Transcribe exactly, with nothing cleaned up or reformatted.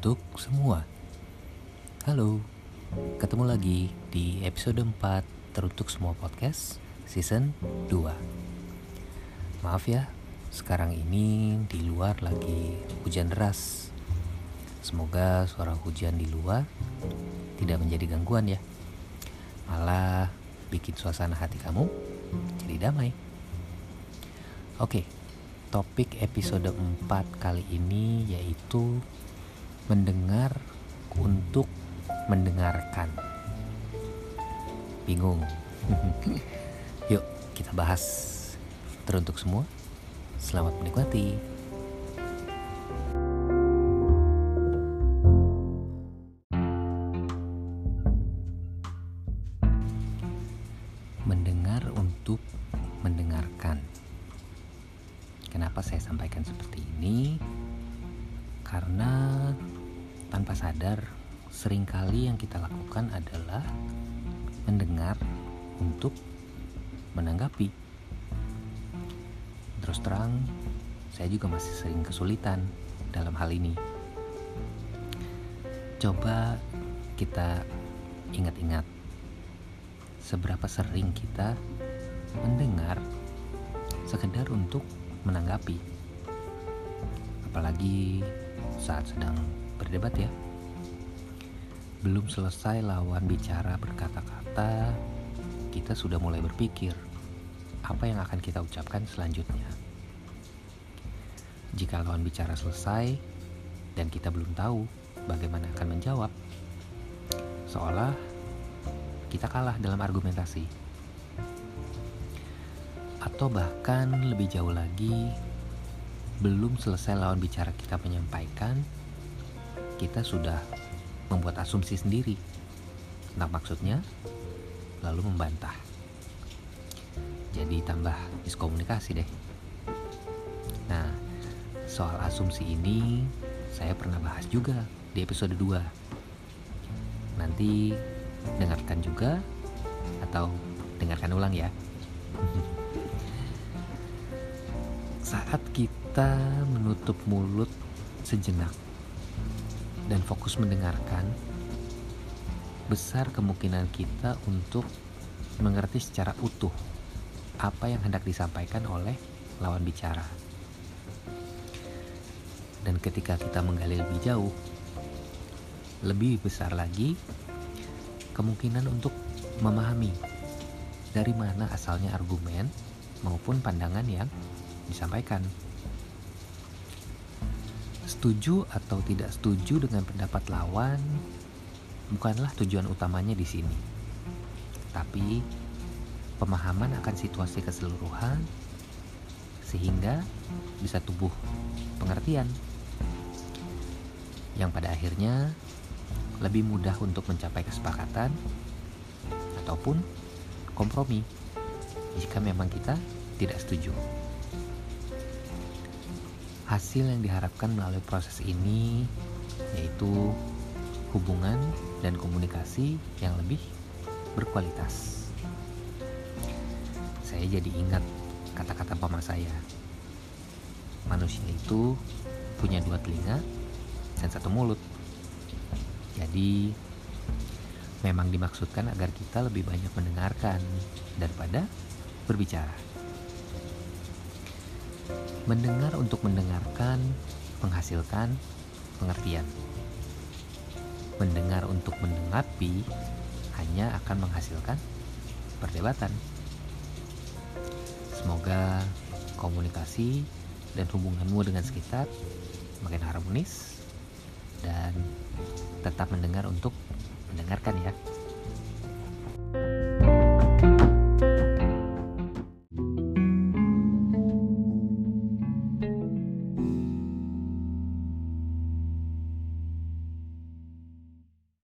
Teruntuk semua. Halo, ketemu lagi di episode empat Teruntuk Semua Podcast Season dua. Maaf ya, sekarang ini di luar lagi hujan deras. Semoga suara hujan di luar tidak menjadi gangguan ya. Malah bikin suasana hati kamu jadi damai. Oke, topik episode empat kali ini yaitu mendengar untuk mendengarkan. Bingung? Yuk kita bahas. Teruntuk semua, selamat menikmati. Mendengar untuk mendengarkan. Kenapa saya sampaikan seperti ini? Karena tanpa sadar, seringkali yang kita lakukan adalah mendengar untuk menanggapi. Terus terang, saya juga masih sering kesulitan dalam hal ini. Coba kita ingat-ingat, seberapa sering kita mendengar sekedar untuk menanggapi. Apalagi saat sedang berdebat ya. Belum selesai lawan bicara berkata-kata, kita sudah mulai berpikir apa yang akan kita ucapkan selanjutnya. Jika lawan bicara selesai dan kita belum tahu bagaimana akan menjawab, seolah kita kalah dalam argumentasi. Atau bahkan lebih jauh lagi, belum selesai lawan bicara kita menyampaikan, kita sudah membuat asumsi sendiri tentang maksudnya, lalu membantah. Jadi tambah miskomunikasi deh. Nah, soal asumsi ini saya pernah bahas juga di episode dua. Nanti dengarkan juga atau dengarkan ulang ya. Saat kita menutup mulut sejenak dan fokus mendengarkan, besar kemungkinan kita untuk mengerti secara utuh apa yang hendak disampaikan oleh lawan bicara. Dan ketika kita menggali lebih jauh, lebih besar lagi kemungkinan untuk memahami dari mana asalnya argumen maupun pandangan yang disampaikan. Setuju atau tidak setuju dengan pendapat lawan bukanlah tujuan utamanya di sini, tapi pemahaman akan situasi keseluruhan sehingga bisa tumbuh pengertian yang pada akhirnya lebih mudah untuk mencapai kesepakatan ataupun kompromi jika memang kita tidak setuju. Hasil yang diharapkan melalui proses ini yaitu hubungan dan komunikasi yang lebih berkualitas. Saya jadi ingat kata-kata mama saya. Manusia itu punya dua telinga dan satu mulut. Jadi memang dimaksudkan agar kita lebih banyak mendengarkan daripada berbicara. Mendengar untuk mendengarkan menghasilkan pengertian. Mendengar untuk menanggapi hanya akan menghasilkan perdebatan. Semoga komunikasi dan hubunganmu dengan sekitar makin harmonis dan tetap mendengar untuk mendengarkan ya.